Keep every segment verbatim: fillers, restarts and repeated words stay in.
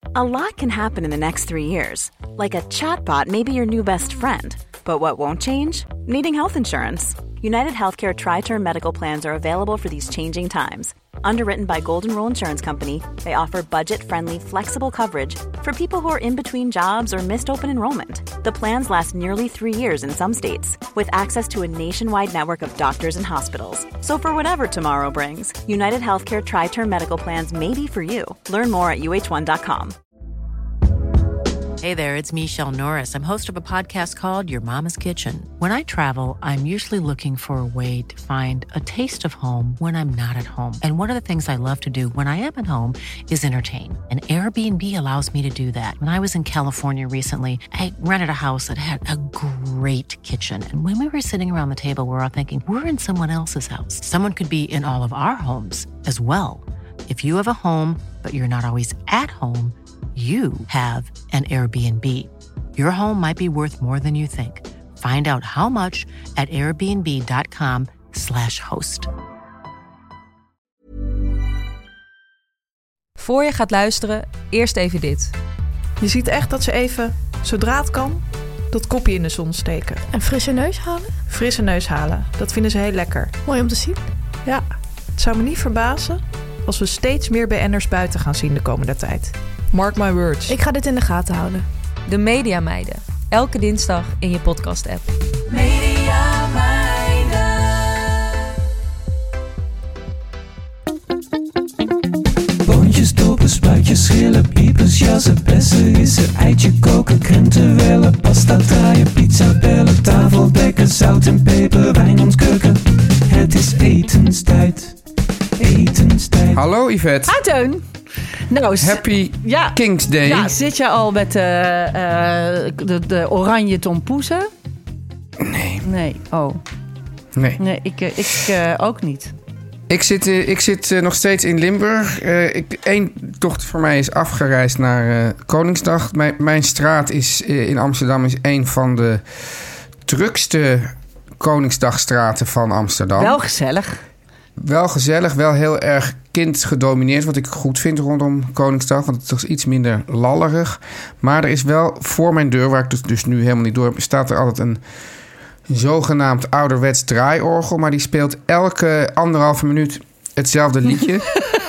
A lot can happen in the next three years. Like a chatbot may be your new best friend. But what won't change? Needing health insurance. United Healthcare Tri-Term Medical Plans are available for these changing times. Underwritten by Golden Rule Insurance Company, they offer budget-friendly, flexible coverage for people who are in between jobs or missed open enrollment. The plans last nearly three years in some states, with access to a nationwide network of doctors and hospitals. So for whatever tomorrow brings, United Healthcare Tri-Term Medical Plans may be for you. Learn more at U H one dot com. Hey there, it's Michelle Norris. I'm host of a podcast called Your Mama's Kitchen. When I travel, I'm usually looking for a way to find a taste of home when I'm not at home. And one of the things I love to do when I am at home is entertain. And Airbnb allows me to do that. When I was in California recently, I rented a house that had a great kitchen. And when we were sitting around the table, we were all thinking, we're in someone else's house. Someone could be in all of our homes as well. If you have a home, but you're not always at home, you have an Airbnb. Your home might be worth more than you think. Find out how much at airbnb.com slash host. Voor je gaat luisteren, eerst even dit. Je ziet echt dat ze even, zodra het kan, dat kopje in de zon steken. En frisse neus halen? Frisse neus halen. Dat vinden ze heel lekker. Mooi om te zien. Ja, het zou me niet verbazen als we steeds meer B N'ers buiten gaan zien de komende tijd. Mark my words. Ik ga dit in de gaten houden. De Media Meiden. Elke dinsdag in je podcast-app. Media Meiden. Boontjes, dopen, spuitjes, schillen, piepers, jassen, bessen, rissen, eitje koken, krenten wellen, pasta draaien, pizza bellen, tafel dekken, zout en peper, wijn ontkurken. Het is etenstijd. Etenstijd. Hallo Yvette. Hi Teun. Nou, Happy ja, King's Day. Ja, zit je al met uh, uh, de, de oranje tompoezen? Nee. Nee, oh. Nee. Nee, ik, ik uh, ook niet. Ik zit, uh, ik zit uh, nog steeds in Limburg. Uh, ik, één dochter van mij is afgereisd naar uh, Koningsdag. Mijn, mijn straat is, uh, in Amsterdam is een van de drukste Koningsdagstraten van Amsterdam. Wel gezellig. Wel gezellig, wel heel erg kindgedomineerd, wat ik goed vind rondom Koningsdag. Want het is iets minder lallerig. Maar er is wel voor mijn deur, waar ik dus, dus nu helemaal niet door heb, staat er altijd een, een zogenaamd ouderwets draaiorgel. Maar die speelt elke anderhalve minuut hetzelfde liedje.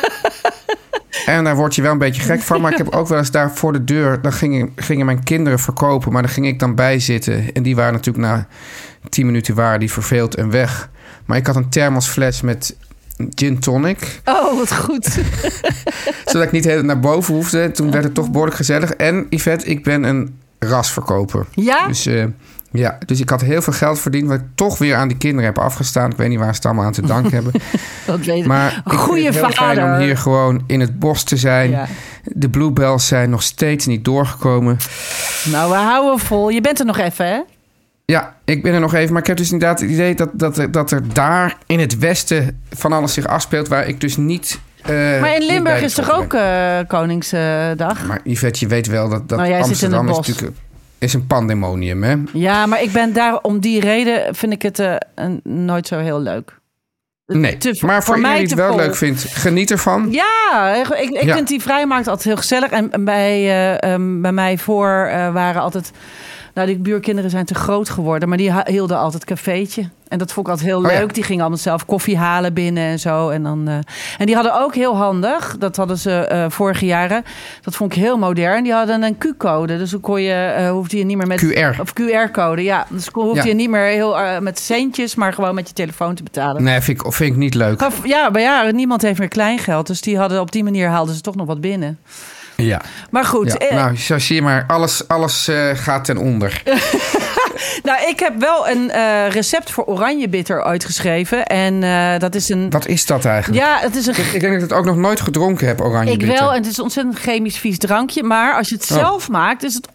En daar word je wel een beetje gek van. Maar ik heb ook wel eens daar voor de deur, dan gingen, gingen mijn kinderen verkopen. Maar daar ging ik dan bij zitten. En die waren natuurlijk na tien minuten waren die verveeld en weg. Maar ik had een thermosfles met gin tonic. Oh, wat goed. Zodat ik niet helemaal naar boven hoefde. Toen werd het toch behoorlijk gezellig. En Yvette, ik ben een rasverkoper. Ja? Dus, uh, ja, dus ik had heel veel geld verdiend, wat ik toch weer aan die kinderen heb afgestaan. Ik weet niet waar ze het allemaal aan te danken hebben. Dat weet maar ik Goeie vind het heel vader. fijn om hier gewoon in het bos te zijn. Ja. De bluebells zijn nog steeds niet doorgekomen. Nou, we houden vol. Je bent er nog even, hè? Ja, ik ben er nog even. Maar ik heb dus inderdaad het idee dat, dat, er, dat er daar in het westen van alles zich afspeelt, waar ik dus niet... Uh, maar in Limburg is toch ook uh, Koningsdag? Maar Yvette, je weet wel dat, dat nou, Amsterdam is natuurlijk is een pandemonium, hè? Ja, maar ik ben daar om die reden vind ik het uh, een, nooit zo heel leuk. Nee, te, maar voor, voor iedereen die het wel vol. leuk vindt, geniet ervan. Ja, ik, ik ja. vind die vrijmarkt altijd heel gezellig. En bij, uh, um, bij mij voor uh, waren altijd... Nou, die buurkinderen zijn te groot geworden, maar die hielden altijd cafeetje. En dat vond ik altijd heel oh, leuk. Ja. Die gingen allemaal zelf koffie halen binnen en zo. En, dan, uh... en die hadden ook heel handig, dat hadden ze uh, vorige jaren. Dat vond ik heel modern. Die hadden een Q-code. Dus dan kon je, uh, hoefde je niet meer met... Q R. Of Q R-code, ja. Dus hoefde ja. je niet meer heel uh, met centjes, maar gewoon met je telefoon te betalen. Nee, vind ik, vind ik niet leuk. Maar, ja, maar ja, niemand heeft meer kleingeld. Dus die hadden, op die manier haalden ze toch nog wat binnen. Ja. Maar goed. Ja. Eh, nou, zo zie je maar. Alles, alles uh, gaat ten onder. Nou, ik heb wel een uh, recept voor oranjebitter uitgeschreven. En uh, dat is een... Wat is dat eigenlijk? Ja, het is een... Ik, ik denk dat ik het ook nog nooit gedronken heb, oranjebitter. Ik wel, en het is een ontzettend chemisch vies drankje. Maar als je het zelf oh. maakt, is het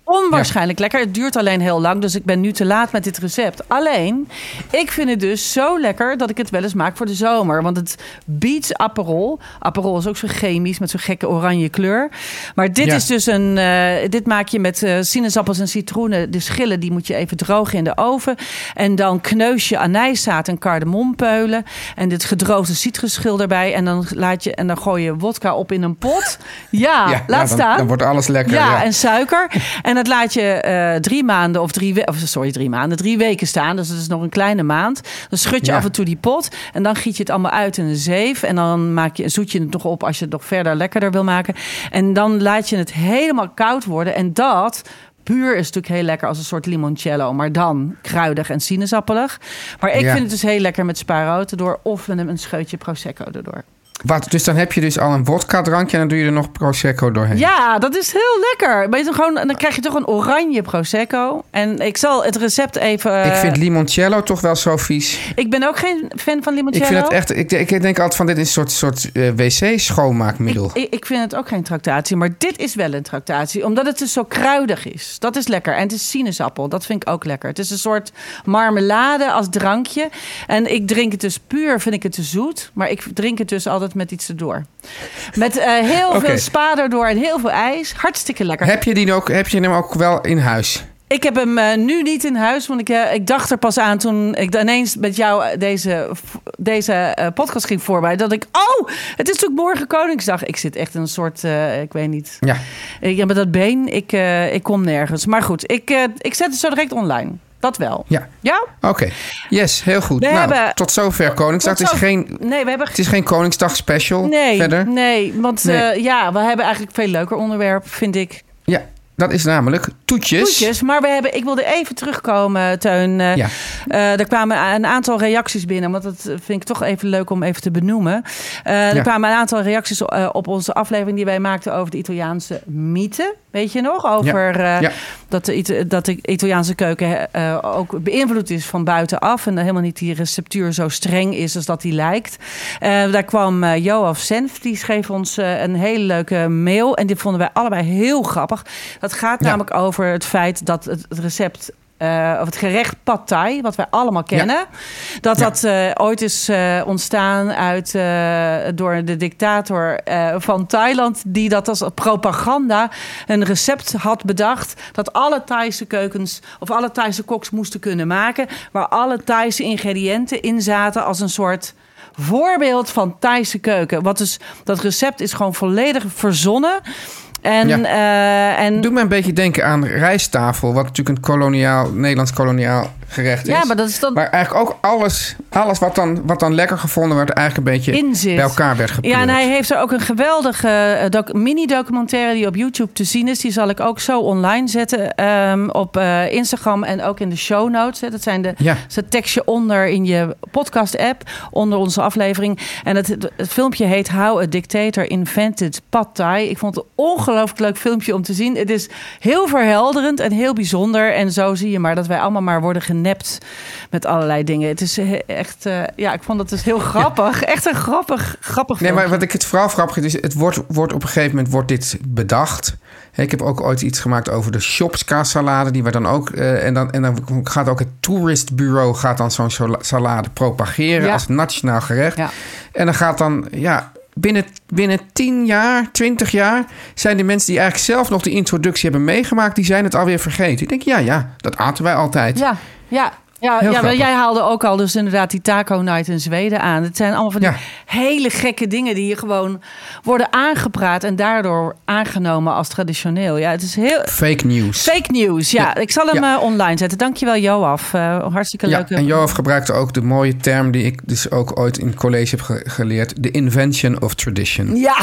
onwaarschijnlijk lekker. Het duurt alleen heel lang, dus ik ben nu te laat met dit recept. Alleen, ik vind het dus zo lekker dat ik het wel eens maak voor de zomer. Want het Beats Aperol. Aperol is ook zo chemisch met zo'n gekke oranje kleur. Maar dit Ja. is dus een... Uh, dit maak je met uh, sinaasappels en citroenen. De schillen die moet je even drogen in de oven. En dan kneus je anijszaad en kardemompeulen. En dit gedroogde citrusschil erbij. En dan, laat je, en dan gooi je wodka op in een pot. Ja, Ja, laat ja, dan, staan. dan wordt alles lekker. Ja, Ja, en suiker. En dat laat je uh, drie maanden of drie weken... Sorry, drie maanden. Drie weken staan. Dus dat is nog een kleine maand. Dan schud je Ja. af en toe die pot. En dan giet je het allemaal uit in een zeef. En dan maak je, zoet je het nog op als je het nog verder lekkerder wil maken. En dan laat je het helemaal koud worden. En dat... Puur is natuurlijk heel lekker als een soort limoncello. Maar dan kruidig en sinaasappelig. Maar ik Ja. vind het dus heel lekker met spaarrood erdoor. Of met een scheutje Prosecco erdoor. Wat, dus dan heb je dus al een wodka-drankje en dan doe je er nog Prosecco doorheen. Ja, dat is heel lekker. Maar je dan, gewoon, dan krijg je toch een oranje Prosecco. En ik zal het recept even... Ik vind limoncello toch wel zo vies. Ik ben ook geen fan van limoncello. Ik vind het echt... Ik, ik denk altijd van dit is een soort, soort uh, wc-schoonmaakmiddel. Ik, ik, ik vind het ook geen tractatie, maar dit is wel een tractatie. Omdat het dus zo kruidig is. Dat is lekker. En het is sinaasappel. Dat vind ik ook lekker. Het is een soort marmelade als drankje. En ik drink het dus puur, vind ik het te zoet. Maar ik drink het dus altijd met iets erdoor. Met uh, heel Oké. veel spa erdoor en heel veel ijs. Hartstikke lekker. Heb je, die ook, heb je hem ook wel in huis? Ik heb hem uh, nu niet in huis, want ik, uh, ik dacht er pas aan toen ik ineens met jou deze, deze uh, podcast ging voorbereiden. Dat ik, oh, het is natuurlijk morgen Koningsdag. Ik zit echt in een soort, uh, ik weet niet. Ja. Ik, ja, met dat been, ik, uh, ik kom nergens. Maar goed, ik, uh, ik zet het zo direct online. Dat wel. Ja. Ja? Oké. Okay. Yes, heel goed. We nou, hebben, tot zover Koningsdag. Tot het, is zo, geen, nee, we hebben, het is geen Koningsdag special nee, verder. Nee, want nee. Uh, ja, we hebben eigenlijk een veel leuker onderwerp, vind ik. Ja. Dat is namelijk toetjes. Toetjes, maar we hebben, ik wilde even terugkomen, Teun. Uh, ja. uh, er kwamen een aantal reacties binnen, want dat vind ik toch even leuk om even te benoemen. Uh, er ja. kwamen een aantal reacties uh, op onze aflevering die wij maakten over de Italiaanse mythe. Weet je nog? Over ja. Uh, ja. dat, de, dat de Italiaanse keuken uh, ook beïnvloed is van buitenaf. En helemaal niet die receptuur zo streng is als dat die lijkt. Uh, daar kwam uh, Joaf Senf, die schreef ons uh, een hele leuke mail. En die vonden wij allebei heel grappig. Dat gaat ja. namelijk over het feit dat het, het recept... Uh, of het gerecht Pad Thai, wat wij allemaal kennen. Ja. Dat ja. dat uh, ooit is uh, ontstaan uit, uh, door de dictator uh, van Thailand... die dat als propaganda een recept had bedacht... dat alle Thaise keukens of alle Thaise koks moesten kunnen maken... waar alle Thaise ingrediënten in zaten als een soort... voorbeeld van Thaise keuken. Wat dus, dat recept is gewoon volledig verzonnen... En, ja. uh, en... Doe me een beetje denken aan rijsttafel, wat natuurlijk een koloniaal, Nederlands koloniaal gerecht is. Ja, maar dat is dan... Maar eigenlijk ook alles, alles wat, dan, wat dan lekker gevonden werd, eigenlijk een beetje Inzit. bij elkaar werd gepleurd. Ja, en hij heeft er ook een geweldige uh, doc- mini-documentaire die op YouTube te zien is. Die zal ik ook zo online zetten um, op uh, Instagram en ook in de show notes. Hè. Dat zijn de ja. het tekstje onder in je podcast-app, onder onze aflevering. En het, het filmpje heet How a Dictator Invented Pad Thai. Ik vond het ongelooflijk leuk filmpje om te zien. Het is heel verhelderend en heel bijzonder. En zo zie je maar dat wij allemaal maar worden genept met allerlei dingen. Het is echt, uh, ja, ik vond het dus heel grappig. Ja. Echt een grappig, grappig Nee, filmpje. maar wat ik het vooral grappig vind, is het wordt, wordt op een gegeven moment wordt dit bedacht. Ik heb ook ooit iets gemaakt over de Shopska-salade, die we dan ook uh, en dan en dan gaat ook het toeristbureau gaat dan zo'n salade propageren ja. als nationaal gerecht. Ja. En dan gaat dan ja Binnen, binnen tien jaar, twintig jaar... zijn de mensen die eigenlijk zelf nog de introductie hebben meegemaakt... die zijn het alweer vergeten. Ik denk, ja, ja, dat aten wij altijd. Ja, ja. Ja, ja maar jij haalde ook al dus inderdaad die taco night in Zweden aan. Het zijn allemaal van die ja. hele gekke dingen... die hier gewoon worden aangepraat... en daardoor aangenomen als traditioneel. Ja, het is heel... Fake news. Fake news, ja. ja. Ik zal hem ja. uh, online zetten. Dankjewel, Joaf. Uh, hartstikke ja, leuk. En Joaf gebruikte ook de mooie term... die ik dus ook ooit in het college heb ge- geleerd... the invention of tradition. Ja.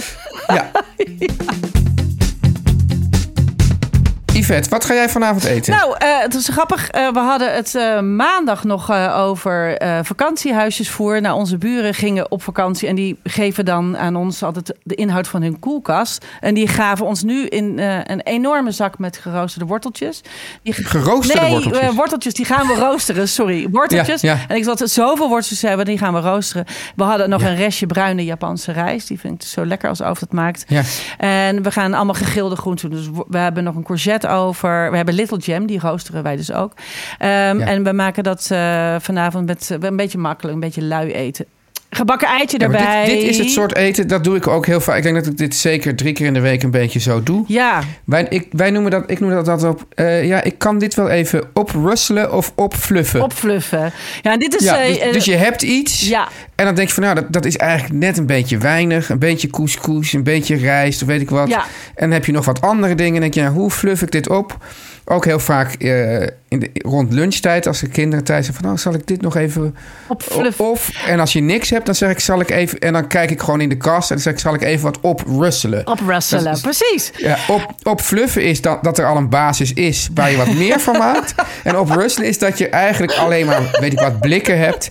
ja. ja. Yvette, wat ga jij vanavond eten? Nou, uh, het is grappig. Uh, we hadden het uh, maandag nog uh, over uh, vakantiehuisjesvoer. Nou, onze buren gingen op vakantie en die geven dan aan ons altijd de inhoud van hun koelkast. En die gaven ons nu in uh, een enorme zak met geroosterde worteltjes. Die ge- geroosterde nee, worteltjes? Nee, uh, worteltjes, die gaan we roosteren. Sorry, worteltjes. Ja, ja. En ik zat zoveel worteltjes hebben, die gaan we roosteren. We hadden nog ja. een restje bruine Japanse rijst. Die vind ik zo lekker als Oof dat maakt. Ja. En we gaan allemaal gegrilde groenten doen. Dus we hebben nog een courgette over... We hebben Little Jam, die roosteren wij dus ook. Um, ja. En we maken dat uh, vanavond met uh, een beetje makkelijk, een beetje lui eten. Gebakken eitje ja, erbij. Dit, dit is het soort eten, dat doe ik ook heel vaak. Ik denk dat ik dit zeker drie keer in de week een beetje zo doe. Ja. Wij, ik, wij noemen dat, ik noem dat altijd op... Uh, ja, ik kan dit wel even oprusselen of opfluffen. Opfluffen. Ja, en dit is... Ja, uh, dus, dus je hebt iets... Ja. En dan denk je van, nou, dat, dat is eigenlijk net een beetje weinig. Een beetje couscous, een beetje rijst, of weet ik wat. Ja. En dan heb je nog wat andere dingen. En denk je, nou, hoe fluff ik dit op? Ook heel vaak uh, in de, rond lunchtijd, als de kinderen thuis zijn van... nou, zal ik dit nog even opfluffen? Of, en als je niks hebt, dan zeg ik, zal ik even... en dan kijk ik gewoon in de kast en dan zeg ik, zal ik even wat oprusselen? Oprusselen, dat, precies. Ja, op, opfluffen is dat, dat er al een basis is waar je wat meer van maakt. En oprusselen is dat je eigenlijk alleen maar, weet ik wat, blikken hebt...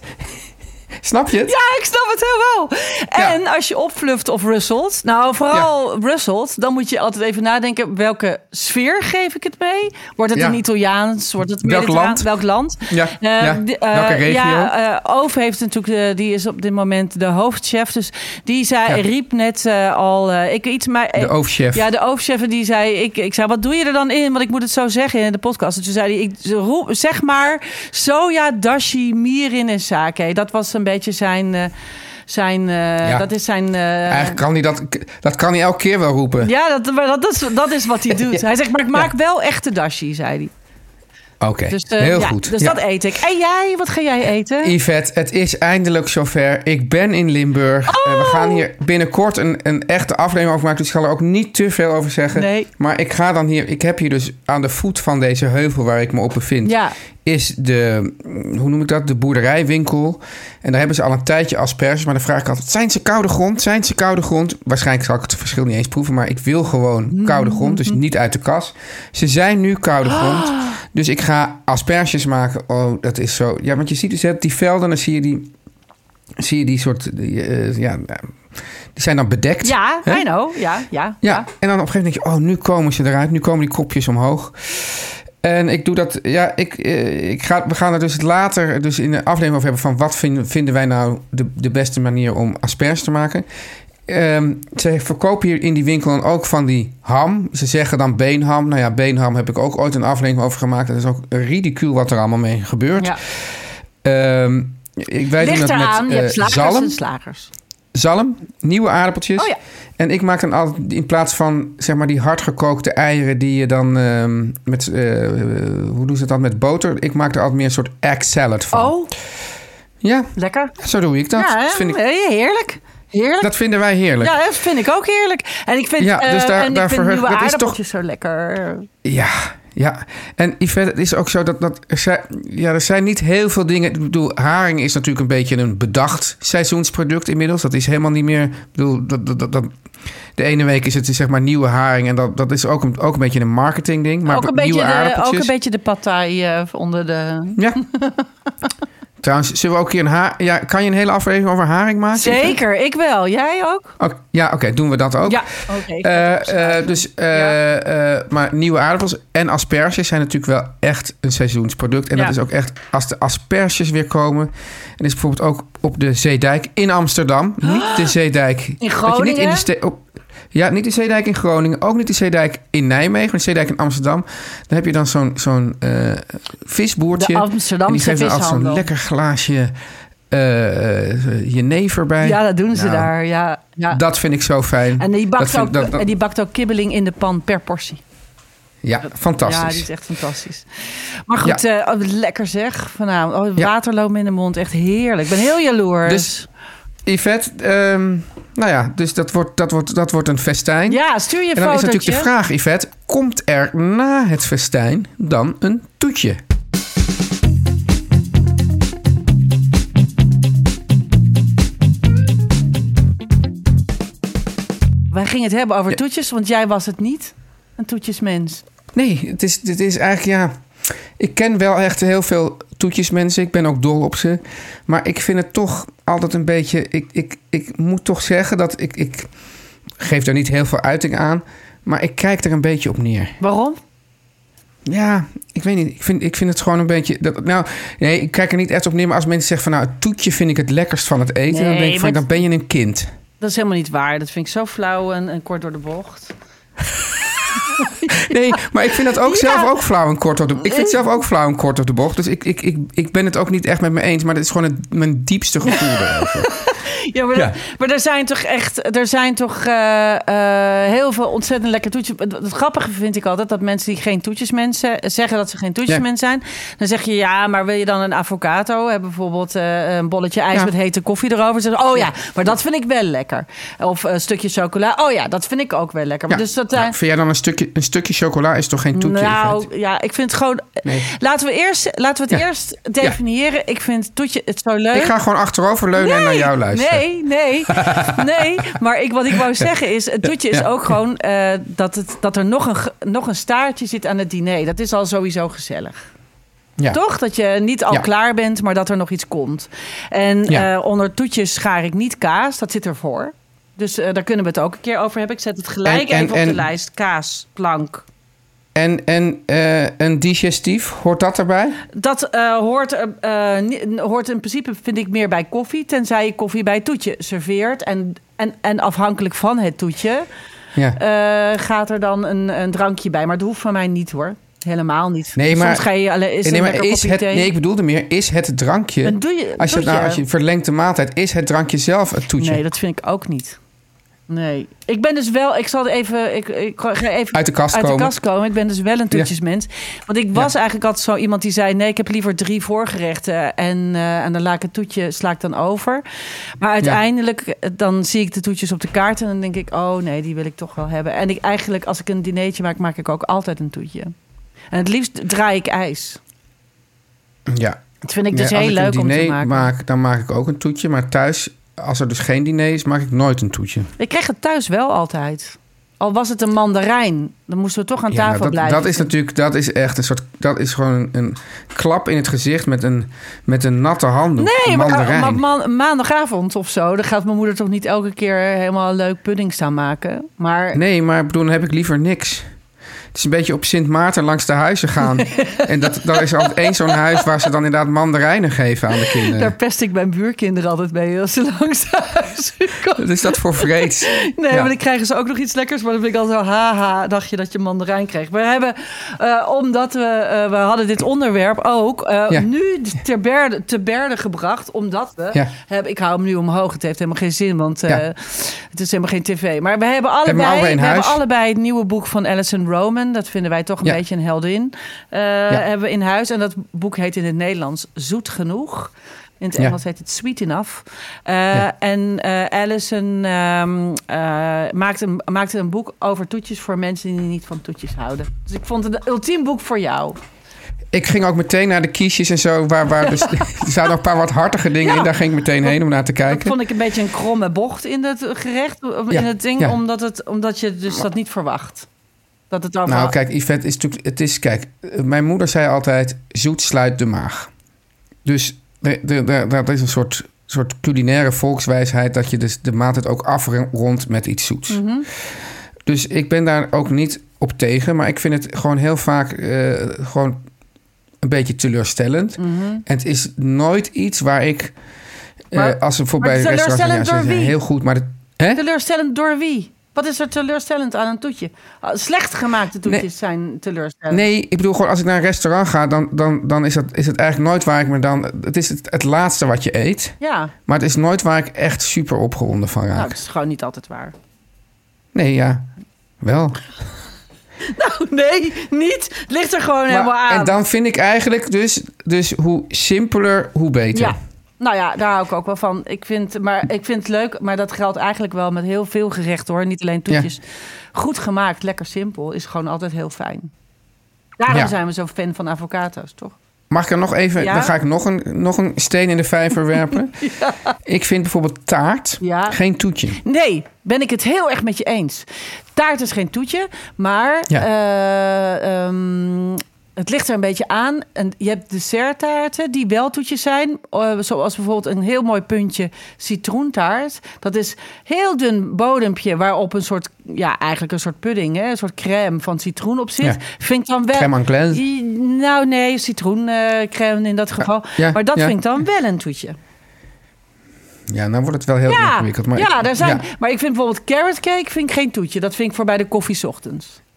Snap je het? Ja, ik snap het heel wel. En ja. Als je opfluft of russelt, nou vooral ja. russelt, dan moet je altijd even nadenken, welke sfeer geef ik het mee? Wordt het ja. een Italiaans? Wordt het welk land? Welk land? Ja. Uh, ja. Uh, welke regio? Ja, uh, Oof heeft natuurlijk, uh, die is op dit moment de hoofdchef, dus die zei, ja. riep net uh, al, uh, ik iets maar. De Oofchef. Ja, de Oofchef die zei, ik, ik zei, wat doe je er dan in? Want ik moet het zo zeggen in de podcast. Dus toen zei hij, ik roep, zeg maar soja, dashi, mirin en sake. Dat was een beetje zijn... Uh, zijn uh, ja. Dat is zijn... Uh, Eigenlijk kan hij dat... Dat kan hij elke keer wel roepen. Ja, dat, dat, dat, is, dat is wat hij doet. ja. Hij zegt, maar ik maak ja. wel echte dashi, zei hij. Oké, okay. dus, uh, heel ja, goed. Dus ja. dat eet ik. En jij, wat ga jij eten? Yvette, het is eindelijk zover. Ik ben in Limburg. Oh! Uh, we gaan hier binnenkort een, een echte aflevering over maken. Dus ik ga er ook niet te veel over zeggen. Nee. Maar ik ga dan hier... Ik heb hier dus aan de voet van deze heuvel waar ik me op bevind... Ja. is de, hoe noem ik dat, de boerderijwinkel. En daar hebben ze al een tijdje asperges. Maar dan vraag ik altijd, zijn ze koude grond? Zijn ze koude grond? Waarschijnlijk zal ik het verschil niet eens proeven. Maar ik wil gewoon koude grond, dus niet uit de kas. Ze zijn nu koude grond. Oh. Dus ik ga asperges maken. Oh, dat is zo. Ja, want je ziet dus die velden, dan zie je die, zie je die soort, die, uh, ja... Die zijn dan bedekt. Ja, hè? I know. Ja, ja, ja. ja. En dan op een gegeven moment denk je, oh, nu komen ze eruit. Nu komen die kopjes omhoog. En ik doe dat, ja, ik, ik ga, we gaan er dus later dus in de aflevering over hebben van wat vinden, vinden wij nou de, de beste manier om asperges te maken. Um, ze verkopen hier in die winkel dan ook van die ham. Ze zeggen dan beenham. Nou ja, beenham heb ik ook ooit een aflevering over gemaakt. Dat is ook ridicuul wat er allemaal mee gebeurt. Ja. Um, ik, wij Ligt doen dat eraan, met je uh, hebt slagers zalm. en slagers. Zalm, nieuwe aardappeltjes. Oh ja. En ik maak dan altijd in plaats van zeg maar die hardgekookte eieren die je dan um, met uh, hoe doen ze dat met boter? Ik maak er altijd meer een soort egg salad van. Oh, ja, lekker. Zo doe ik dat. Ja, dat vind ik, heerlijk. Heerlijk. Dat vinden wij heerlijk. Ja, dat vind ik ook heerlijk. En ik vind, ja, dus daar, uh, en daar ik vind verheug, nieuwe dat aardappeltjes is toch zo lekker. Ja. Ja, en Yvette, het is ook zo dat, dat er, zijn, ja, er zijn niet heel veel dingen. Ik bedoel, haring is natuurlijk een beetje een bedacht seizoensproduct inmiddels. Dat is helemaal niet meer. Ik bedoel, dat, dat, dat, dat, de ene week is het zeg maar nieuwe haring en dat, dat is ook een, ook een beetje een marketingding. Maar ook een, nieuwe beetje de, ook aardappeltjes. een beetje de partij uh, onder de. Ja. Trouwens, zullen we ook hier een haar... Ja, kan je een hele aflevering over haring maken? Zeker, ik wel. Jij ook? Oh, ja, oké, okay, doen we dat ook. Ja, oké. Okay, uh, uh, dus, uh, ja. uh, maar nieuwe aardappels en asperges zijn natuurlijk wel echt een seizoensproduct. En ja. dat is ook echt, als de asperges weer komen... En is bijvoorbeeld ook op de Zeedijk in Amsterdam. Oh, niet de Zeedijk... In Groningen? Niet in de ste- op, ja, niet de Zeedijk in Groningen. Ook niet de Zeedijk in Nijmegen. Maar de Zeedijk in Amsterdam. Dan heb je dan zo'n, zo'n uh, visboertje. De Amsterdamse vishandel. En die geven dan altijd zo'n lekker glaasje uh, jenever bij. Ja, dat doen ze nou, daar. Ja, ja. Dat vind ik zo fijn. En die bakt, vind, ook, dat, dat, en die bakt ook kibbeling in de pan per portie. Ja, fantastisch. Ja, die is echt fantastisch. Maar goed, ja. uh, lekker zeg. Vanavond, oh, water loopt me in de mond. Echt heerlijk. Ik ben heel jaloers. Dus, Yvette, um, nou ja, dus dat wordt, dat, wordt, dat wordt een festijn. Ja, stuur je fotootje. En dan is natuurlijk de vraag, Yvette, komt er na het festijn dan een toetje? Wij gingen het hebben over ja. toetjes, want jij was het niet. Een toetjesmens. Nee, het is, het is eigenlijk, ja... Ik ken wel echt heel veel toetjesmensen. Ik ben ook dol op ze. Maar ik vind het toch altijd een beetje... Ik, ik, ik moet toch zeggen dat ik... Ik geef daar niet heel veel uiting aan. Maar ik kijk er een beetje op neer. Waarom? Ja, ik weet niet. Ik vind, ik vind het gewoon een beetje... Dat, nou, nee, ik kijk er niet echt op neer. Maar als mensen zeggen van... Nou, het toetje vind ik het lekkerst van het eten. Nee, dan denk ik van, dan ben je een kind. Dat is helemaal niet waar. Dat vind ik zo flauw en, en kort door de bocht. Nee, maar ik vind dat ook Ja. zelf ook flauw en kort op de... Ik vind het zelf ook flauw en kort op de bocht. Dus ik, ik, ik, ik ben het ook niet echt met me eens. Maar dat is gewoon het, mijn diepste gevoel erover. Ja, maar, Ja. dat- maar er zijn toch echt, er zijn toch eh, eh, heel veel ontzettend lekker toetjes. Het, het grappige vind ik altijd dat mensen die geen toetjesmensen zeggen dat ze geen toetjesmens zijn. Dan zeg je ja, maar wil je dan een avocado? Heb bijvoorbeeld eh, een bolletje ijs Ja. met hete koffie erover. Zeg, oh ja, maar dat vind ik wel lekker. Of een stukje chocola. Oh ja, dat vind ik ook wel lekker. Ja. Dus dat Nou, zijn. vind jij dan een stukje, een stukje chocola is toch geen toetje? in Nou feite? ja, ik vind het gewoon. Nee. Laten we eerst, laten we het Ja. eerst definiëren. Ik vind toetje het zo leuk. Ik ga gewoon achterover leunen en naar jou luisteren. Nee, nee, nee. Maar ik, wat ik wou zeggen is... het toetje is Ja. ook gewoon eh, dat, het, dat er nog een, ge- nog een staartje zit aan het diner. Dat is al sowieso gezellig. Ja. Toch? Dat je niet al Ja. klaar bent, maar dat er nog iets komt. En Ja. eh, onder toetjes schaar ik niet kaas. Dat zit ervoor. Dus eh, daar kunnen we het ook een keer over hebben. Ik zet het gelijk En- en- even op de en- lijst. Kaas, plank. En, en eh, een digestief, hoort dat erbij? Dat eh, hoort, eh, eh, ni- hoort in principe, vind ik, meer bij koffie. Tenzij je koffie bij het toetje serveert. En, en, en afhankelijk van het toetje Ja. eh, gaat er dan een, een drankje bij. Maar dat hoeft van mij niet hoor. Helemaal niet. Nee, maar- Soms ga je alleen, is nee, een maar lekker is kopje het, thee. nee, ik bedoelde meer, is het drankje... Dan doe je, als je, doe nou, je. als je verlengt de maaltijd, is het drankje zelf het toetje? Nee, dat vind ik ook niet. Nee. Ik ben dus wel... Ik zal even... Ik, ik ga even Uit de kast uit komen. de kast komen. Ik ben dus wel een toetjesmens. Want ik was Ja. eigenlijk altijd zo iemand die zei... nee, ik heb liever drie voorgerechten... en, uh, en dan laat ik het toetje, sla ik dan over. Maar uiteindelijk... dan zie ik de toetjes op de kaart... en dan denk ik... oh nee, die wil ik toch wel hebben. En ik eigenlijk, als ik een dinertje maak... maak ik ook altijd een toetje. En het liefst draai ik ijs. Ja. Dat vind ik dus Nee, heel leuk Als ik om een te diner maken. maak, dan maak ik ook een toetje. Maar thuis, als er dus geen diner is, maak ik nooit een toetje. Ik kreeg het thuis wel altijd. Al was het een mandarijn, dan moesten we toch aan Ja, tafel nou, dat, blijven. dat is natuurlijk, dat is echt een soort, dat is gewoon een, een klap in het gezicht met een, met een natte handdoek. Nee, een maar, mandarijn. maar man- maandagavond of zo... dan gaat mijn moeder toch niet elke keer helemaal een leuk pudding staan maken. Maar Nee, maar ik bedoel, dan heb ik liever niks. Het is een beetje op Sint Maarten langs de huizen gaan. En dat, dat is altijd één zo'n huis waar ze dan inderdaad mandarijnen geven aan de kinderen. daar pest ik mijn buurkinderen altijd mee als ze langs de huis komen. Wat is dat voor vreeds? Nee, Ja. maar dan krijgen ze ook nog iets lekkers. Maar dan vind ik altijd zo, haha, dacht je dat je mandarijn kreeg. We hebben, uh, omdat we, uh, we hadden dit onderwerp ook... Uh, Ja. nu te berde, te berde gebracht, omdat we... Ja. Hebben, ik hou hem nu omhoog, het heeft helemaal geen zin, want uh, Ja. het is helemaal geen tv. Maar we hebben allebei, Hebben we allebei in we hebben huis? allebei het nieuwe boek van Alison Roman. Dat vinden wij toch een Ja. beetje een heldin. Uh, Hebben we in huis. En dat boek heet in het Nederlands Zoet Genoeg. In het Ja. Engels heet het Sweet Enough. Uh, Ja. En uh, Alison um, uh, maakte, een, maakte een boek over toetjes voor mensen die niet van toetjes houden. Dus ik vond het een ultiem boek voor jou. Ik ging ook meteen naar de kiesjes en zo. Waar, waar dus, er zaten nog een paar wat hartige dingen Ja. in. Daar ging ik meteen heen om naar te Dat kijken. vond ik een beetje een kromme bocht in het gerecht. Ja, In het ding, ja. omdat, het, omdat je dus dat niet verwacht. Dat het over... Nou, kijk, Yvette, is natuurlijk, het is, kijk, mijn moeder zei altijd, zoet sluit de maag. Dus de, de, de, dat is een soort, soort culinaire volkswijsheid, dat je dus de maaltijd ook afrondt met iets zoets. Mm-hmm. Dus ik ben daar ook niet op tegen, maar ik vind het gewoon heel vaak uh, gewoon een beetje teleurstellend. Mm-hmm. En het is nooit iets waar ik, uh, Maar- als we voorbij maar een restaurant teleurstellend ja, door zeggen, wie? heel goed, maar... Het, hè? Teleurstellend door wie? Wat is er teleurstellend aan een toetje? Slecht gemaakte toetjes Nee. zijn teleurstellend. Nee, ik bedoel gewoon als ik naar een restaurant ga, dan, dan, dan is, dat, is het eigenlijk nooit waar ik me dan... Het is het, het laatste wat je eet, Ja, maar het is nooit waar ik echt super opgewonden van raak. nou, dat is gewoon niet altijd waar. Nee, ja, wel. Nou, nee, niet. Het ligt er gewoon helemaal Maar, aan. en dan vind ik eigenlijk dus, dus hoe simpeler, hoe beter. Ja, nou ja, daar hou ik ook wel van. Ik vind, maar, ik vind het leuk, maar dat geldt eigenlijk wel met heel veel gerechten hoor. Niet alleen toetjes. Goed gemaakt, lekker simpel, is gewoon altijd heel fijn. Daarom Ja. zijn we zo fan van avocado's, toch? Mag ik er nog even... Ja? Dan ga ik nog een, nog een steen in de vijver werpen. Ja. Ik vind bijvoorbeeld taart Ja. geen toetje. Nee, ben ik het heel erg met je eens. Taart is geen toetje, maar Ja. eh, ehm, het ligt er een beetje aan. En je hebt desserttaarten die wel toetjes zijn. Uh, zoals bijvoorbeeld een heel mooi puntje citroentaart. Dat is heel dun bodempje waarop een soort, ja, eigenlijk een soort pudding, hè, een soort crème van citroen op zit. Ja. Vind ik dan wel. Crème anglaise. I- Nou nee, citroencrème in dat geval. Ja, maar dat ja. vind ik dan wel een toetje. Ja, dan wordt het wel heel Ja, ingewikkeld. Maar ja, ik- daar zijn. ja. Maar ik vind bijvoorbeeld carrot cake vind ik geen toetje. Dat vind ik voor bij de koffie 's ochtends.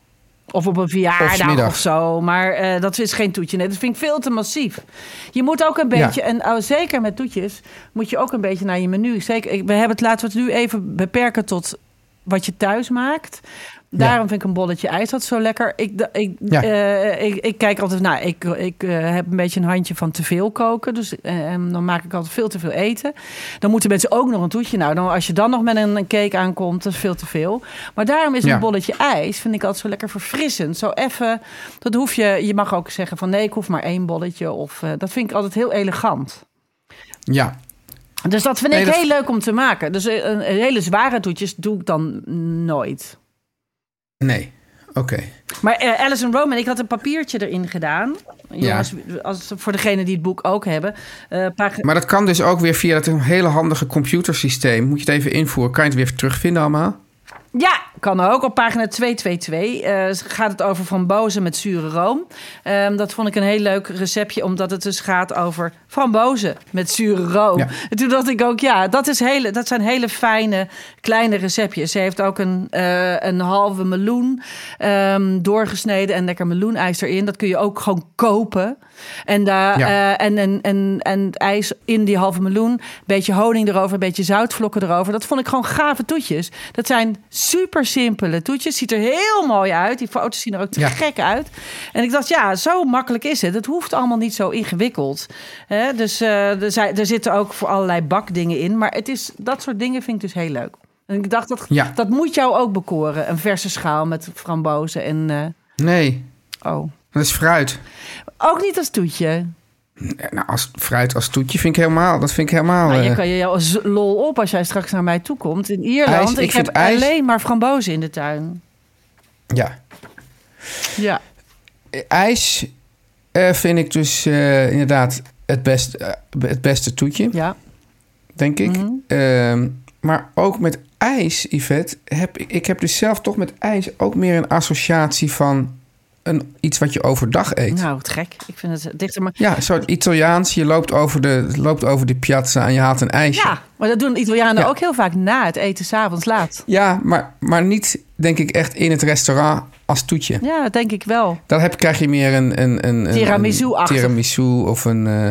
Of op een Of verjaardag 's middags. of zo. Maar uh, dat is geen toetje. Nee, dat vind ik veel te massief. Je moet ook een beetje... Ja. En oh, zeker met toetjes moet je ook een beetje naar je menu. Zeker, ik, we hebben het, laten we het nu even beperken tot wat je thuis maakt. Daarom ja. vind ik een bolletje ijs dat zo lekker. Ik, ik, ja. uh, ik, ik kijk altijd... Nou, ik, ik uh, heb een beetje een handje van te veel koken. Dus uh, dan maak ik altijd veel te veel eten. Dan moeten mensen ook nog een toetje. Nou, dan, als je dan nog met een, een cake aankomt, dat is veel te veel. Maar daarom is ja. een bolletje ijs, vind ik altijd zo lekker verfrissend. Zo even... Dat hoef je... Je mag ook zeggen van nee, ik hoef maar één bolletje. Of, uh, dat vind ik altijd heel elegant. Ja. Dus dat vind nee, ik dat... heel leuk om te maken. Dus een, een hele zware toetjes doe ik dan nooit. Nee, oké. Okay. Maar uh, Alison Roman, ik had een papiertje erin gedaan. Jongens, ja. als, voor degenen die het boek ook hebben. Uh, pag- maar dat kan dus ook weer via dat hele handige computersysteem. Moet je het even invoeren. Kan je het weer terugvinden allemaal? Ja, kan ook. Op pagina tweehonderdtweeëntwintig uh, gaat het over frambozen met zure room. Um, dat vond ik een heel leuk receptje, omdat het dus gaat over frambozen met zure room. Ja. En toen dacht ik ook, ja, dat, is hele, dat zijn hele fijne kleine receptjes. Ze heeft ook een, uh, een halve meloen um, doorgesneden en lekker meloenijs erin. Dat kun je ook gewoon kopen. En, daar, ja. uh, en, en, en, en het ijs in die halve meloen, een beetje honing erover, een beetje zoutvlokken erover. Dat vond ik gewoon gave toetjes. Dat zijn super simpele toetjes. Ziet er heel mooi uit. Die foto's zien er ook te ja. gek uit. En ik dacht, ja, zo makkelijk is het. Het hoeft allemaal niet zo ingewikkeld. He, dus uh, er, zijn, er zitten ook voor allerlei bakdingen in. Maar het is, dat soort dingen vind ik dus heel leuk. En ik dacht, dat, ja. dat moet jou ook bekoren. Een verse schaal met frambozen en... Uh... Nee. Oh. Dat is fruit. Ook niet als toetje. Nou, als fruit als toetje vind ik helemaal... Dat vind ik helemaal... Nou, je kan je als lol op als jij straks naar mij toe komt. In Ierland, ijs, ik, ik heb ijs... alleen maar frambozen in de tuin. Ja. Ja. IJs uh, vind ik dus uh, inderdaad het, best, uh, het beste toetje. Ja. Denk ik. Mm-hmm. Uh, maar ook met ijs, Yvette, heb ik, ik heb dus zelf toch met ijs ook meer een associatie van... Een, iets wat je overdag eet. Nou, wat gek. Ik vind het dichter maar... Ja, zo Italiaans. Je loopt over de, loopt over de piazza en je haalt een ijsje. Ja, maar dat doen Italianen ja. ook heel vaak na het eten 's avonds laat. Ja, maar, maar niet, denk ik, echt in het restaurant als toetje. Ja, dat denk ik wel. Dan heb, krijg je meer een... een, een tiramisu-achtig. Een tiramisu of een, uh,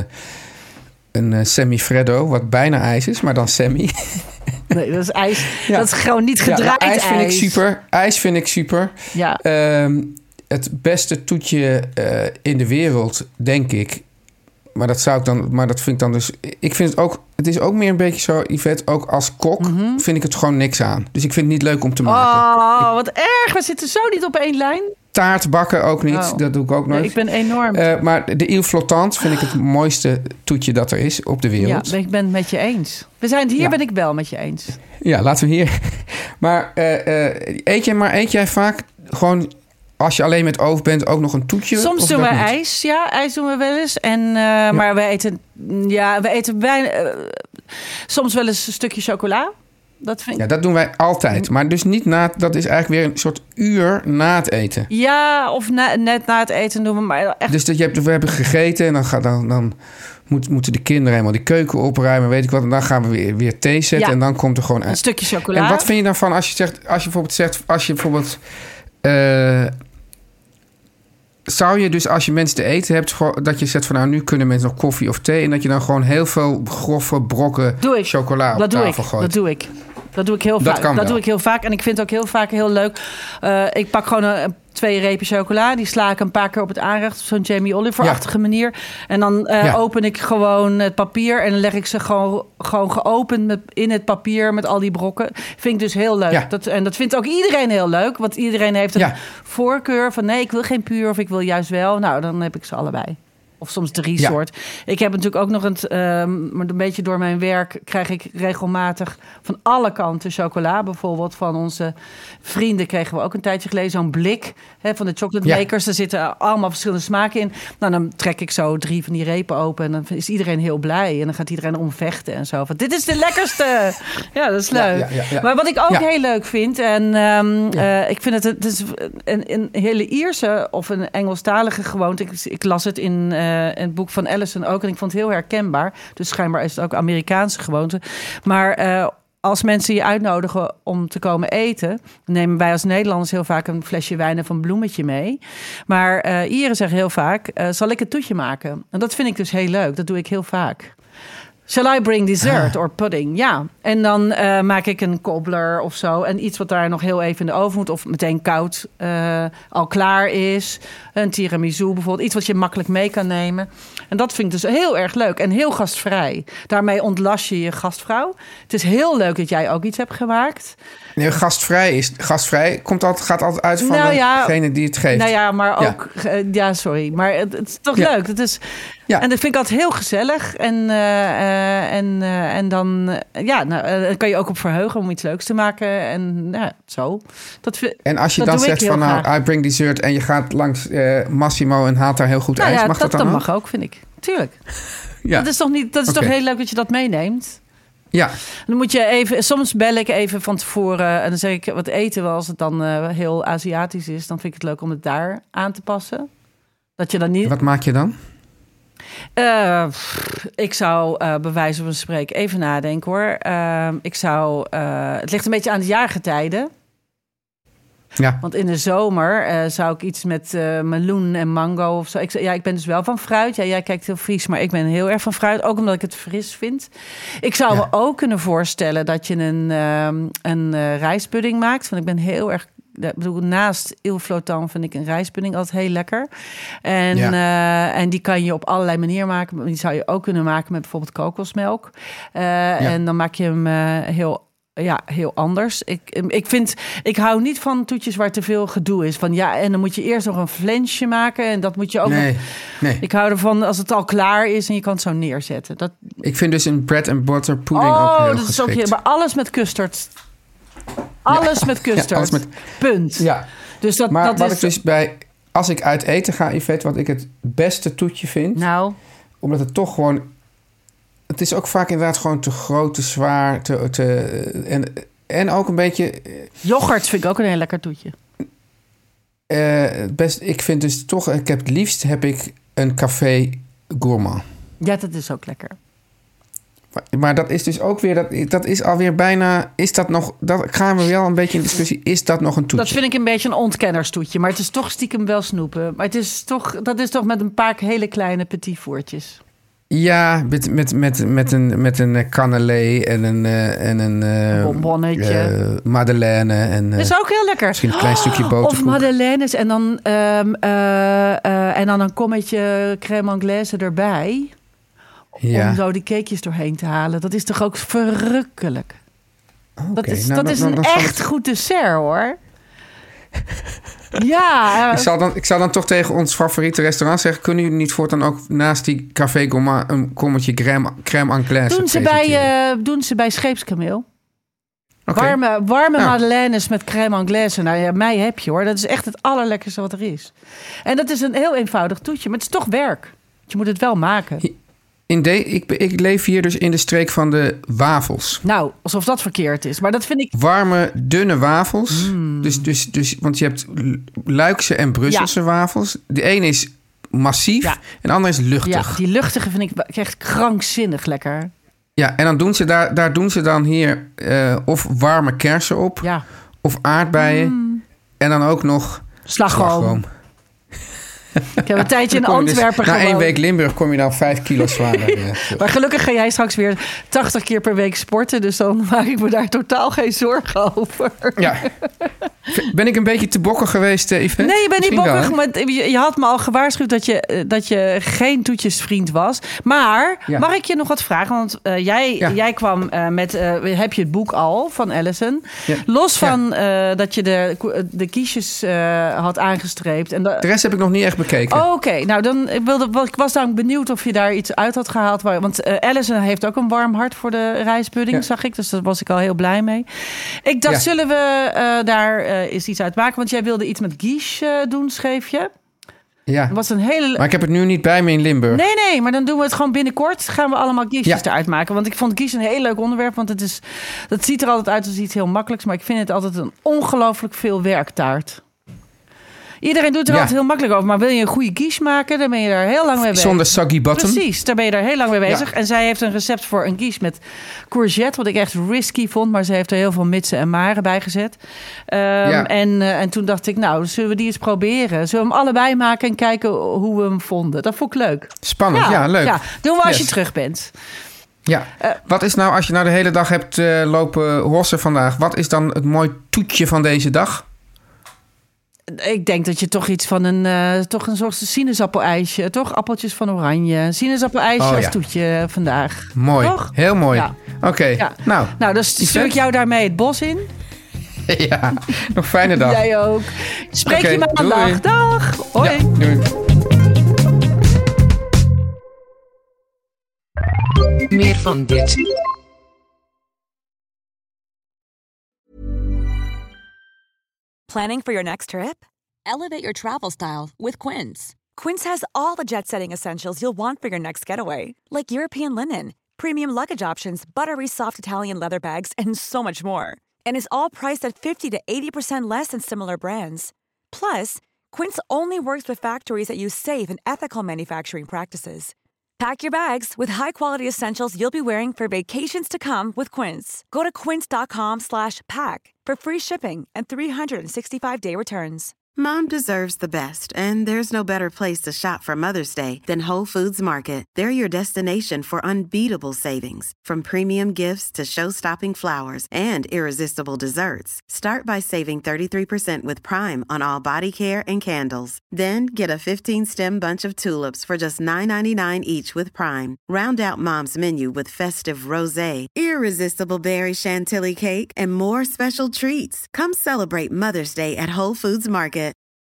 een uh, semifreddo, wat bijna ijs is, maar dan semi. Nee, dat is ijs. Ja. Dat is gewoon niet gedraaid ja, ijs. ijs vind ik super. IJs vind ik super. Ja. Um, Het beste toetje uh, in de wereld, denk ik. Maar dat zou ik dan, maar dat vind ik dan dus. Ik vind het ook. Het is ook meer een beetje zo, Yvette. Ook als kok mm-hmm. vind ik het gewoon niks aan. Dus ik vind het niet leuk om te maken. Oh, ik, wat erg. We zitten zo niet op één lijn. Taart bakken ook niet. Oh. Dat doe ik ook nooit. Nee, ik ben enorm. Uh, maar de Ile Flottante vind ik het mooiste toetje dat er is op de wereld. Ja, ik ben het met je eens. We zijn hier, ja. ben ik wel met je eens. Ja, laten we hier. Maar uh, uh, eet jij maar eet jij vaak gewoon. Als je alleen met oven bent, ook nog een toetje? Soms doen we niet? ijs. Ja, ijs doen we wel eens. En, uh, ja. Maar we eten... Ja, we eten bijna... Uh, soms wel eens een stukje chocola. Dat vind ik... Ja, dat doen wij altijd. Maar dus niet na... Dat is eigenlijk weer een soort uur na het eten. Ja, of na, net na het eten doen we maar echt... Dus dat je hebt, we hebben gegeten en dan, gaat, dan, dan moet, moeten de kinderen helemaal die keuken opruimen, weet ik wat. En dan gaan we weer, weer thee zetten ja. en dan komt er gewoon... Een stukje chocola. En wat vind je dan van als je zegt... Als je bijvoorbeeld zegt... Als je bijvoorbeeld... Uh, zou je dus als je mensen te eten hebt... dat je zegt van nou, nu kunnen mensen nog koffie of thee... en dat je dan gewoon heel veel grove brokken chocola op dat tafel ik. gooit? Dat doe ik. Dat doe ik heel vaak. Dat, dat doe ik heel vaak. En ik vind het ook heel vaak heel leuk. Uh, ik pak gewoon een, twee repen chocola. Die sla ik een paar keer op het aanrecht. Op zo'n Jamie Oliver-achtige ja. manier. En dan uh, ja. open ik gewoon het papier. En dan leg ik ze gewoon, gewoon geopend met, in het papier met al die brokken. Vind ik dus heel leuk. Ja. Dat, en dat vindt ook iedereen heel leuk. Want iedereen heeft een ja. voorkeur van nee, ik wil geen puur of ik wil juist wel. Nou, dan heb ik ze allebei. Of soms drie ja. soort. Ik heb natuurlijk ook nog een... Um, maar een beetje door mijn werk krijg ik regelmatig van alle kanten chocola. Bijvoorbeeld van onze vrienden kregen we ook een tijdje geleden zo'n blik hè, van de chocolate makers. Ja. Daar zitten allemaal verschillende smaken in. Nou, dan trek ik zo drie van die repen open en dan is iedereen heel blij. En dan gaat iedereen erom vechten en zo. Van, dit is de lekkerste! Ja, dat is leuk. Ja, ja, ja, ja. Maar wat ik ook ja. heel leuk vind... en um, ja. uh, ik vind het... Het is een, een hele Ierse of een Engelstalige gewoonte. Ik, ik las het in... Uh, Uh, in het boek van Alison ook. En ik vond het heel herkenbaar. Dus schijnbaar is het ook Amerikaanse gewoonte. Maar uh, als mensen je uitnodigen om te komen eten, nemen wij als Nederlanders heel vaak een flesje wijn of een bloemetje mee. Maar uh, Ieren zeggen heel vaak, uh, zal ik een toetje maken? En dat vind ik dus heel leuk. Dat doe ik heel vaak. Shall I bring dessert or pudding? Ja. En dan uh, maak ik een cobbler of zo. En iets wat daar nog heel even in de oven moet. Of meteen koud uh, al klaar is. Een tiramisu bijvoorbeeld. Iets wat je makkelijk mee kan nemen. En dat vind ik dus heel erg leuk. En heel gastvrij. Daarmee ontlast je je gastvrouw. Het is heel leuk dat jij ook iets hebt gemaakt. Nee, gastvrij, is, gastvrij komt altijd, gaat altijd uit van nou ja, degene die het geeft. Nou ja, maar ook... Ja, ja sorry. Maar het, het is toch ja. leuk. Het is, ja. En dat vind ik altijd heel gezellig. En, uh, uh, en, uh, en dan uh, ja, nou, uh, kan je ook op verheugen om iets leuks te maken. En nou, zo. Dat, en als je dat dan zegt van graag. nou, I bring dessert en je gaat langs uh, Massimo en haalt daar heel goed nou, ijs. Ja, mag dat, dat dan dat ook? mag ook, vind ik. Tuurlijk. Ja. Dat is toch, niet, dat is okay. toch heel leuk dat je dat meeneemt? Ja. Dan moet je even, soms bel ik even van tevoren en dan zeg ik wat eten we als het dan uh, heel Aziatisch is. Dan vind ik het leuk om het daar aan te passen. Dat je dan niet. Wat maak je dan? Uh, ik zou uh, bij wijze van spreken even nadenken hoor. Uh, ik zou. Uh, het ligt een beetje aan de jaargetijden. Ja. Want in de zomer uh, zou ik iets met uh, meloen en mango of zo. Ik, ja, ik ben dus wel van fruit. Ja, jij kijkt heel vies, maar ik ben heel erg van fruit. Ook omdat ik het fris vind. Ik zou ja. me ook kunnen voorstellen dat je een, um, een uh, rijstpudding maakt. Want ik ben heel erg... Ik bedoel, naast Il Flottant vind ik een rijstpudding altijd heel lekker. En, ja. uh, en die kan je op allerlei manieren maken. Die zou je ook kunnen maken met bijvoorbeeld kokosmelk. Uh, ja. En dan maak je hem uh, heel... Ja, heel anders. Ik, ik vind, ik hou niet van toetjes waar te veel gedoe is. Van ja, en dan moet je eerst nog een flensje maken. En dat moet je ook nee, nog... Nee. Ik hou ervan als het al klaar is en je kan het zo neerzetten. Dat... Ik vind dus een bread and butter pudding oh, ook heel dat geschikt. Is ook heel, maar alles met custard. Alles ja. met custard. Ja, alles met... Punt. Ja. Dus dat, maar dat wat is... ik dus bij... Als ik uit eten ga, Yvette, wat ik het beste toetje vind... Nou... Omdat het toch gewoon... Het is ook vaak inderdaad gewoon te groot, te zwaar. Te, te, en, en ook een beetje... Yoghurt vind ik ook een heel lekker toetje. Uh, best, ik vind dus toch... Ik heb het liefst heb ik een café gourmand. Ja, dat is ook lekker. Maar, maar dat is dus ook weer... Dat, dat is alweer bijna... Is dat nog... Dat gaan we wel een beetje in discussie. Is dat nog een toetje? Dat vind ik een beetje een ontkennerstoetje. Maar het is toch stiekem wel snoepen. Maar het is toch, dat is toch met een paar hele kleine petit voertjes. Ja, met, met, met, met een, met een cannelé en een... Uh, en een uh, bonbonnetje. Uh, madeleine. En, uh, dat is ook heel lekker. Misschien een klein stukje boterkoek. Of madeleines en dan, um, uh, uh, en dan een kommetje crème anglaise erbij. Ja. Om zo die cakejes doorheen te halen. Dat is toch ook verrukkelijk. Okay, dat is, nou, dat dan, is een dan, dan echt het... goed dessert, hoor. Ja. Ik zal, dan, ik zal dan toch tegen ons favoriete restaurant zeggen... kunnen jullie niet voortaan ook naast die Café Gourmand... een kommetje crème, crème anglaise doen ze bij uh, Doen ze bij Scheepskameel. Okay. Warme, warme nou. madeleines met crème anglaise. Nou ja, mij heb je hoor. Dat is echt het allerlekkerste wat er is. En dat is een heel eenvoudig toetje. Maar het is toch werk. Je moet het wel maken. In de, ik, ik leef hier dus in de streek van de wafels. Nou, alsof dat verkeerd is. Maar dat vind ik... Warme, dunne wafels. Mm. Dus, dus, dus, want je hebt Luikse en Brusselse ja. wafels. De ene is massief ja. en de andere is luchtig. Ja, die luchtige vind ik echt krankzinnig lekker. Ja, en dan doen ze daar, daar doen ze dan hier uh, of warme kersen op. Ja. Of aardbeien. Mm. En dan ook nog slagroom. slagroom. Ik heb een tijdje in Antwerpen dus, gewoond. Na één week Limburg kom je dan vijf kilo zwaarder. Maar gelukkig ga jij straks weer tachtig keer per week sporten. Dus dan maak ik me daar totaal geen zorgen over. Ja. Ben ik een beetje te bokkig geweest, Yvette? Nee, je bent niet bokkig. Wel, maar je, je had me al gewaarschuwd dat je, dat je geen toetjesvriend was. Maar ja. mag ik je nog wat vragen? Want uh, jij, ja. jij kwam uh, met... Uh, heb je het boek al van Alison? Ja. Los van ja. uh, dat je de, de kiesjes uh, had aangestreept. En de, de rest heb ik nog niet echt bekeken. Oh, Oké, okay. nou dan wilde ik was dan benieuwd of je daar iets uit had gehaald. Want uh, Alison heeft ook een warm hart voor de rijstpudding, ja. zag ik. Dus daar was ik al heel blij mee. Ik dacht, ja. zullen we uh, daar uh, eens iets uit maken? Want jij wilde iets met quiche uh, doen, schreef je. Ja, was een hele... maar ik heb het nu niet bij me in Limburg. Nee, nee, maar dan doen we het gewoon binnenkort. Gaan we allemaal quiches ja. eruit maken. Want ik vond quiche een heel leuk onderwerp. Want het is, dat ziet er altijd uit als iets heel makkelijks. Maar ik vind het altijd een ongelooflijk veel werktaart. Iedereen doet er Ja. altijd heel makkelijk over. Maar wil je een goede quiche maken, dan ben je daar heel lang mee bezig. Zonder soggy bottom. Precies, daar ben je daar heel lang mee bezig. Ja. En zij heeft een recept voor een quiche met courgette, wat ik echt risky vond. Maar ze heeft er heel veel mitsen en maren bij gezet. Um, Ja. en, uh, en toen dacht ik, nou, zullen we die eens proberen? Zullen we hem allebei maken en kijken hoe we hem vonden? Dat vond ik leuk. Spannend, ja, leuk. Ja, doen we als Yes. je terug bent. Ja. Uh, wat is nou, als je nou de hele dag hebt uh, lopen hossen vandaag... wat is dan het mooi toetje van deze dag? Ik denk dat je toch iets van een, uh, toch een soort sinaasappelijsje... toch appeltjes van oranje. Sinaasappelijsje Oh, als ja. toetje vandaag. Mooi, Toch? heel mooi. Ja. Oké, okay. Ja. nou. Nou, dan stuur ik jou daarmee het bos in. Ja, nog fijne dag. Jij ook. Spreek okay, je maandag. Doei. Dag. Hoi. Ja, doei. Meer van dit. Planning for your next trip? Elevate your travel style with Quince. Quince has all the jet-setting essentials you'll want for your next getaway, like European linen, premium luggage options, buttery soft Italian leather bags, and so much more. And is all priced at fifty to eighty percent less than similar brands. Plus, Quince only works with factories that use safe and ethical manufacturing practices. Pack your bags with high-quality essentials you'll be wearing for vacations to come with Quince. Go to quince.com slash pack for free shipping and three sixty-five day returns. Mom deserves the best, and there's no better place to shop for Mother's Day than Whole Foods Market. They're your destination for unbeatable savings, from premium gifts to show-stopping flowers and irresistible desserts. Start by saving thirty-three percent with Prime on all body care and candles. Then get a fifteen-stem bunch of tulips for just nine ninety-nine each with Prime. Round out Mom's menu with festive rosé, irresistible berry chantilly cake, and more special treats. Come celebrate Mother's Day at Whole Foods Market.